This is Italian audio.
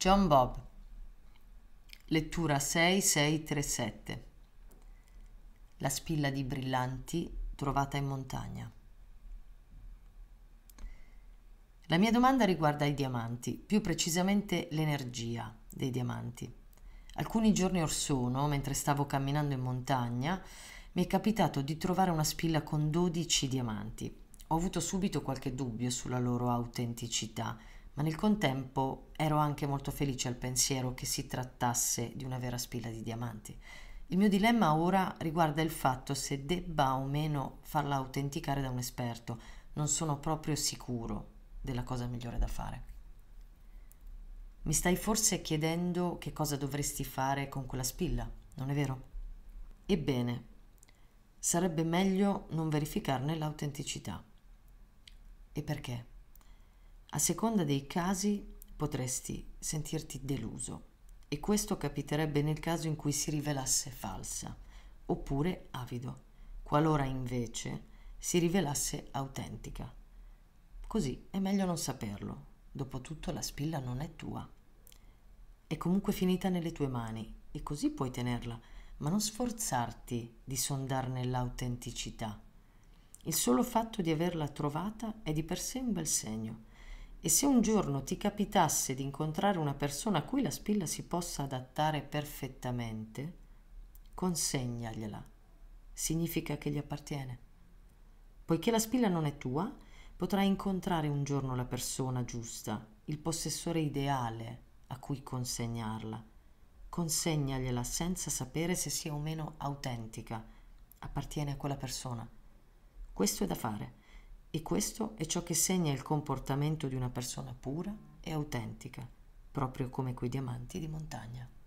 John Bob, lettura 6637. La spilla di brillanti trovata in montagna. La mia domanda riguarda i diamanti, più precisamente l'energia dei diamanti. Alcuni giorni or sono, mentre stavo camminando in montagna, mi è capitato di trovare una spilla con 12 diamanti. Ho avuto subito qualche dubbio sulla loro autenticità, ma nel contempo ero anche molto felice al pensiero che si trattasse di una vera spilla di diamanti. Il mio dilemma ora riguarda il fatto se debba o meno farla autenticare da un esperto. Non sono proprio sicuro della cosa migliore da fare. Mi stai forse chiedendo che cosa dovresti fare con quella spilla, non è vero? Ebbene, sarebbe meglio non verificarne l'autenticità. E perché? A seconda dei casi potresti sentirti deluso, e questo capiterebbe nel caso in cui si rivelasse falsa, oppure avido, qualora invece si rivelasse autentica. Così è meglio non saperlo. Dopotutto la spilla non è tua. È comunque finita nelle tue mani e così puoi tenerla, ma non sforzarti di sondarne l'autenticità. Il solo fatto di averla trovata è di per sé un bel segno. E se un giorno ti capitasse di incontrare una persona a cui la spilla si possa adattare perfettamente, consegnagliela. Significa che gli appartiene. Poiché la spilla non è tua, potrai incontrare un giorno la persona giusta, il possessore ideale a cui consegnarla. Consegnagliela senza sapere se sia o meno autentica. Appartiene a quella persona. Questo è da fare. E questo è ciò che segna il comportamento di una persona pura e autentica, proprio come quei diamanti di montagna.